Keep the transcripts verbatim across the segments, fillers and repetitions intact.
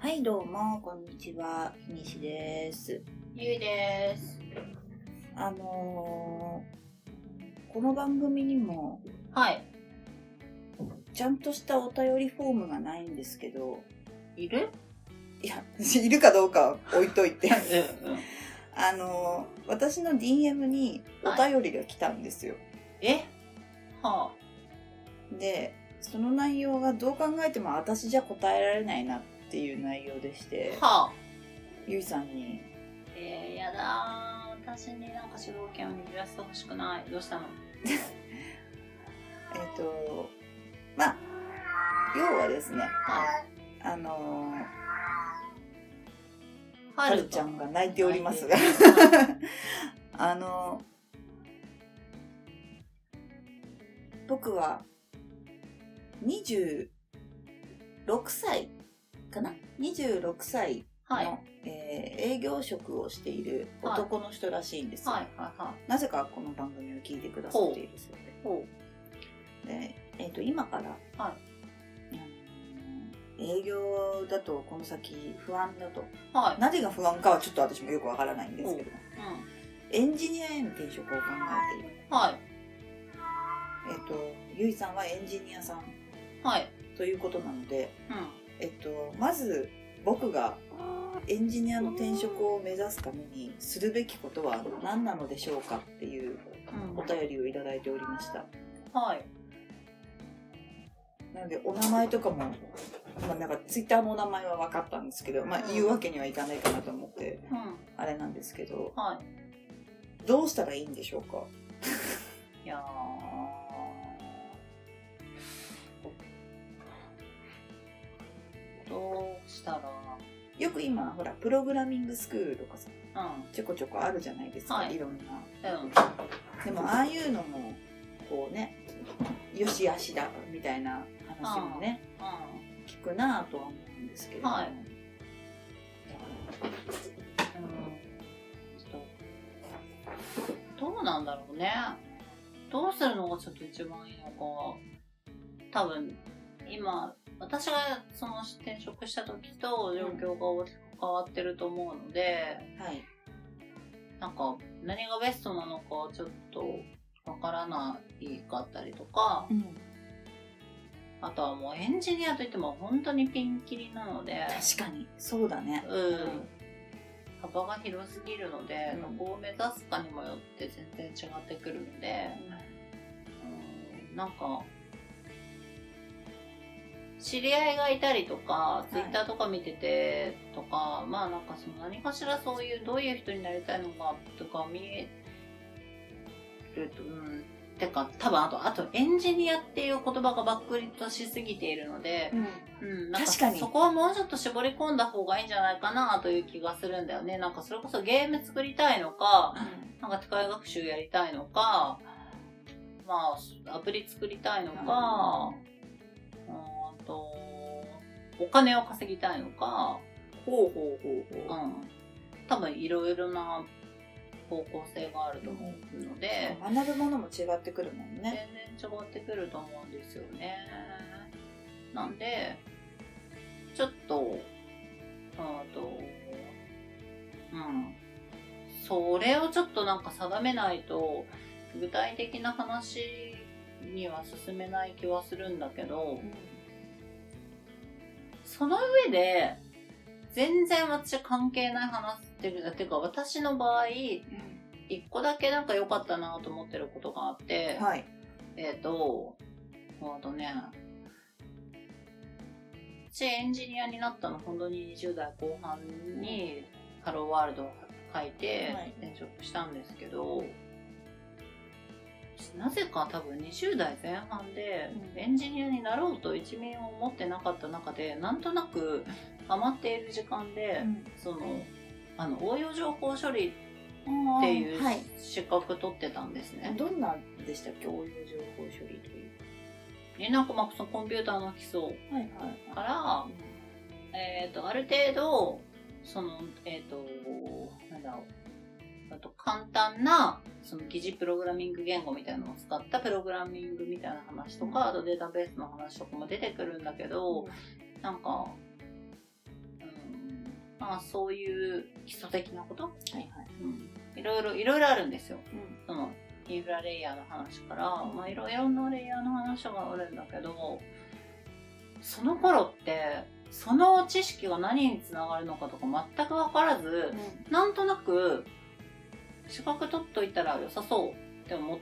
はいどうもこんにちは、ひにしです。 ゆいです。 あのー、この番組にもはいちゃんとしたお便りフォームがないんですけど、 いる？ いやいるかどうかは置いといてうんうん、 あのー、私の ディーエム にお便りが来たんですよ、はい、 えはあでその内容がどう考えても私じゃ答えられないなっていう内容でして、 はあ、 ゆいさんにえー、やだー、私になんか主導権を握らせてほしくない。どうしたの？ えっとまあ要はですね、 はい、 あのー、 ははるちゃんが泣いておりますがあの僕はにじゅうろくさいかなにじゅうろくさいの、はい、えー、営業職をしている男の人らしいんですよ、 はいはいはい、 なぜかこの番組を聞いてくださっているそうで、ほうで、えーと、今から、はい、営業だとこの先不安だと、はい、何が不安かはちょっと私もよくわからないんですけど、うん、エンジニアへの転職を考えている、はい、えっとゆいさんはエンジニアさん、はい、ということなので、うん、えっとまず僕がエンジニアの転職を目指すためにするべきことは何なのでしょうかっていうお便りをいただいておりました、うん、はい。なのでお名前とかも、まあ、なんかツイッターのお名前は分かったんですけど、まあ、言うわけにはいかないかなと思って、うん、あれなんですけど、はい、どうしたらいいんでしょうか？ いやー、どうしたら、 よく今ほらプログラミングスクールとかさ、うん、ちょこちょこあるじゃないですか、はい、いろんな、うん、でもああいうのもこうね、よしあしだみたいな話もね、うんうん、聞くなぁとは思うんですけれども、はい、 うん、どうなんだろうね。どうするのがちょっと一番いいのか。多分今私がその転職した時と状況が大きく変わってると思うので、うん、はい、なんか何がベストなのかちょっとわからないかったりとか、うん、あとはもうエンジニアといっても本当にピンキリなので、 確かにそうだね、 うん、幅が広すぎるので、うん、どこを目指すかにもよって全然違ってくるので、うん、なんか知り合いがいたりとか、ツイッターとか見ててとか、まあなんかその何かしらそういうどういう人になりたいのかとか見えると、うん、てか多分あとあとエンジニアっていう言葉がばっくりとしすぎているので、うん、うん、なんか確かにそこはもうちょっと絞り込んだ方がいいんじゃないかなという気がするんだよね。なんかそれこそゲーム作りたいのか、うん、なんか機械学習やりたいのか、まあアプリ作りたいのか。うんとお金を稼ぎたいのか、 ほうほうほうほう、うん、 多分いろいろな方向性があると思うので、 うん、学ぶものも違ってくるもんね。 全然違ってくると思うんですよね。なんでちょっとあとうんそれをちょっとなんか定めないと具体的な話には進めない気はするんだけど、うん、その上で全然私関係ない話っていうてか私の場合一、うん、個だけなんか良かったなと思ってることがあって、はい、えっ、ー、とあとね私エンジニアになったの本当ににじゅう代後半にハローワールドを書いて転職したんですけど、はい、なぜか多分にじゅう代前半でエンジニアになろうと一面を持ってなかった中でなんとなく余っている時間で、うん、そのあの応用情報処理っていう資格取ってたんですね。 どんなでしたっけ、応用情報処理という。 えなんかまあそのコンピューターの基礎から、はいはいはい、えっ、ー、とある程度そのえっ、ー、となんだろうあと簡単なその疑似プログラミング言語みたいなのを使ったプログラミングみたいな話とか、うん、あとデータベースの話とかも出てくるんだけど、うん、なんか、 まあそういう基礎的なこと、はいはい、うん、いろいろいろいろあるんですよ、うん、そのインフラレイヤーの話から、まあ、いろいろなレイヤーの話があるんだけど、その頃ってその知識が何につながるのかとか全く分からず、うん、なんとなく資格取っといたら良さそうって思って、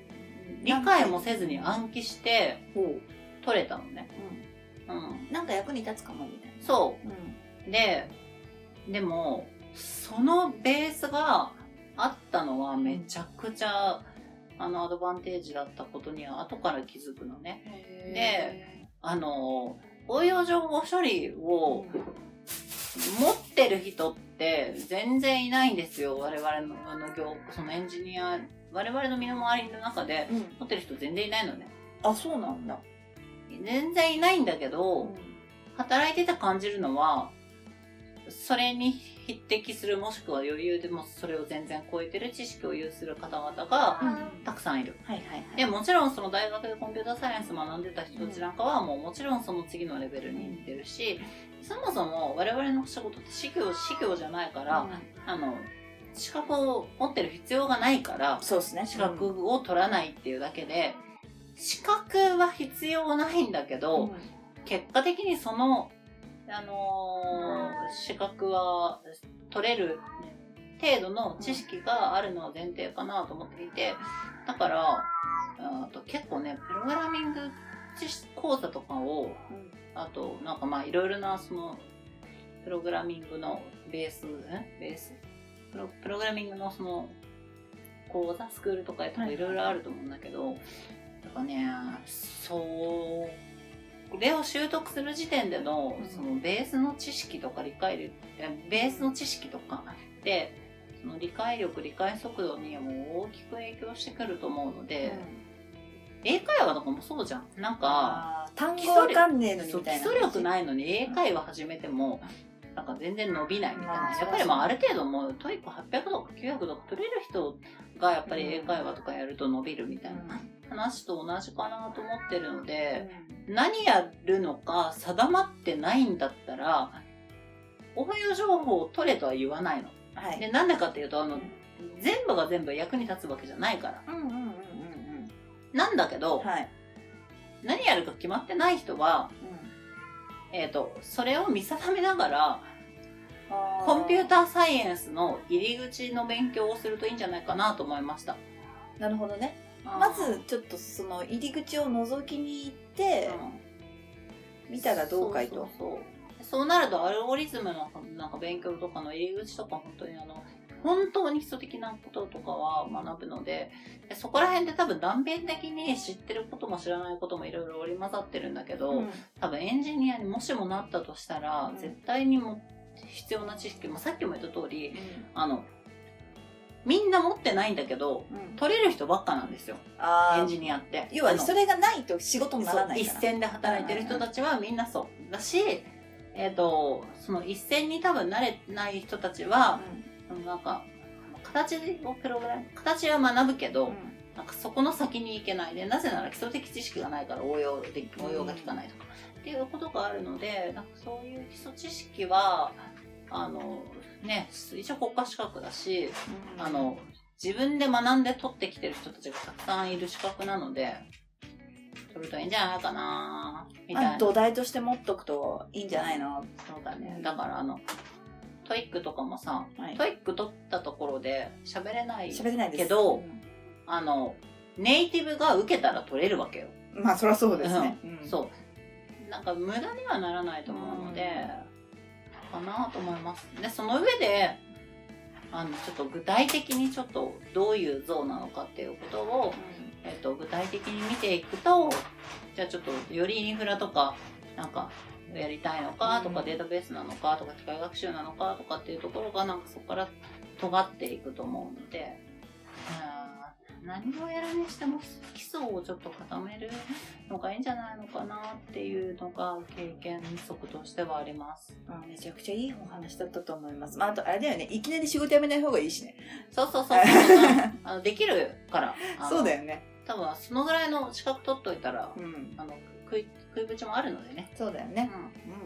うん、理解もせずに暗記して取れたのね、 うんうん、なんか役に立つかもみたいな。 そう、うん、ででもそのベースがあったのはめちゃくちゃあのアドバンテージだったことには後から気づくのね。で、あの応用情報処理を持ってる人って全然いないんですよ。我々のあの業そのエンジニア我々の身の回りの中で持ってる人全然いないのね。 うん、あ、そうなんだ。 全然いないんだけど、うん、働いてて感じるのはそれに匹敵するもしくは余裕でもそれを全然超えてる知識を有する方々がたくさんいる、うん、はいはいはい、でもちろんその大学でコンピューターサイエンス学んでた人たちなんかはもうもちろんその次のレベルに行ってるし、そもそも我々の仕事って私業私業じゃないから、うん、あの資格を持ってる必要がないから、 そうですね、 資格を取らないっていうだけで、資格は必要ないんだけど、うん、結果的にそのあのー、資格は取れる程度の知識があるのは前提かなと思っていて、だからあと結構ねプログラミング講座とかを、あとなんかまあいろいろなそのプログラミングのベースベースプロ、プログラミングのその講座スクールとかいろいろあると思うんだけど、だからねそうこれを習得する時点でのそのベースの知識とか理解力、ベースの知識とかでその理解力理解速度にも大きく影響してくると思うので、うん、英会話とかもそうじゃん。なんか単語わかんねえのにみたいな、 基礎力ないのに英会話始めてもなんか全然伸びないみたいな、やっぱりまあある程度もうトイックはっぴゃくとかきゅうひゃくとか取れる人がやっぱり英会話とかやると伸びるみたいな話と同じかなと思ってるので、うん、何やるのか定まってないんだったら応用情報を取れとは言わないの、はい、でなんでかっていうとあの、うん、全部が全部役に立つわけじゃないから、うんうんうんうん、なんだけど、はい、何やるか決まってない人は、うん、えーと、それを見定めながらコンピューターサイエンスの入り口の勉強をするといいんじゃないかなと思いました。 なるほどね。まずちょっとその入り口を覗きに行って、うん、見たらどうかいと。そうそうそう。 そうなるとアルゴリズムのなんか勉強とかの入り口とか本当にあの本当に基礎的なこととかは学ぶので、でそこら辺で多分断片的に知ってることも知らないこともいろいろ織り交ざってるんだけど、うん、多分エンジニアにもしもなったとしたら、うん、絶対にも必要な知識もさっきも言った通り、うん、あのみんな持ってないんだけど、うん、取れる人ばっかなんですよ、エンジニアって。 要はそれがないと仕事にならないから。 一線で働いてる人たちはみんなそうだし、えーと、その一線に多分慣れない人たちは、うん、なんか形をプログラム形は学ぶけど、うん、なんかそこの先に行けないで、なぜなら基礎的知識がないから応用で応用が効かないとか、うん、っていうことがあるので、なんかそういう基礎知識はあのね、一応国家資格だし、うん、あの自分で学んで取ってきてる人たちがたくさんいる資格なので取るといいんじゃないかなみたいな。 土台として持っとくといいんじゃないの。 そうだね。だからあのトイックとかもさ、はい、トイック取ったところで喋れない喋れないけど、うん、あのネイティブが受けたら取れるわけよ。 まあそりゃそうですね、 うんうん、そうなんか無駄にはならないと思うので、うん、かなと思います。でその上であのちょっと具体的にちょっとどういう像なのかっていうことを、うん、えっと、具体的に見ていくと、じゃあちょっとよりインフラとかなんかやりたいのかとか、うん、データベースなのかとか機械学習なのかとかっていうところがなんかそこから尖っていくと思うので、うん、何をやるにしても基礎をちょっと固めるのがいいんじゃないのかなっていうのが経験則としてはあります。 あ、めちゃくちゃいいお話だったと思います。まあ、あとあれだよね、いきなり仕事辞めない方がいいしね。 そうそうそうそうあのできるからそうだよね。 多分そのぐらいの資格取っといたら、うん、あの食い食いぶちもあるのでね。 そうだよね。うん、うん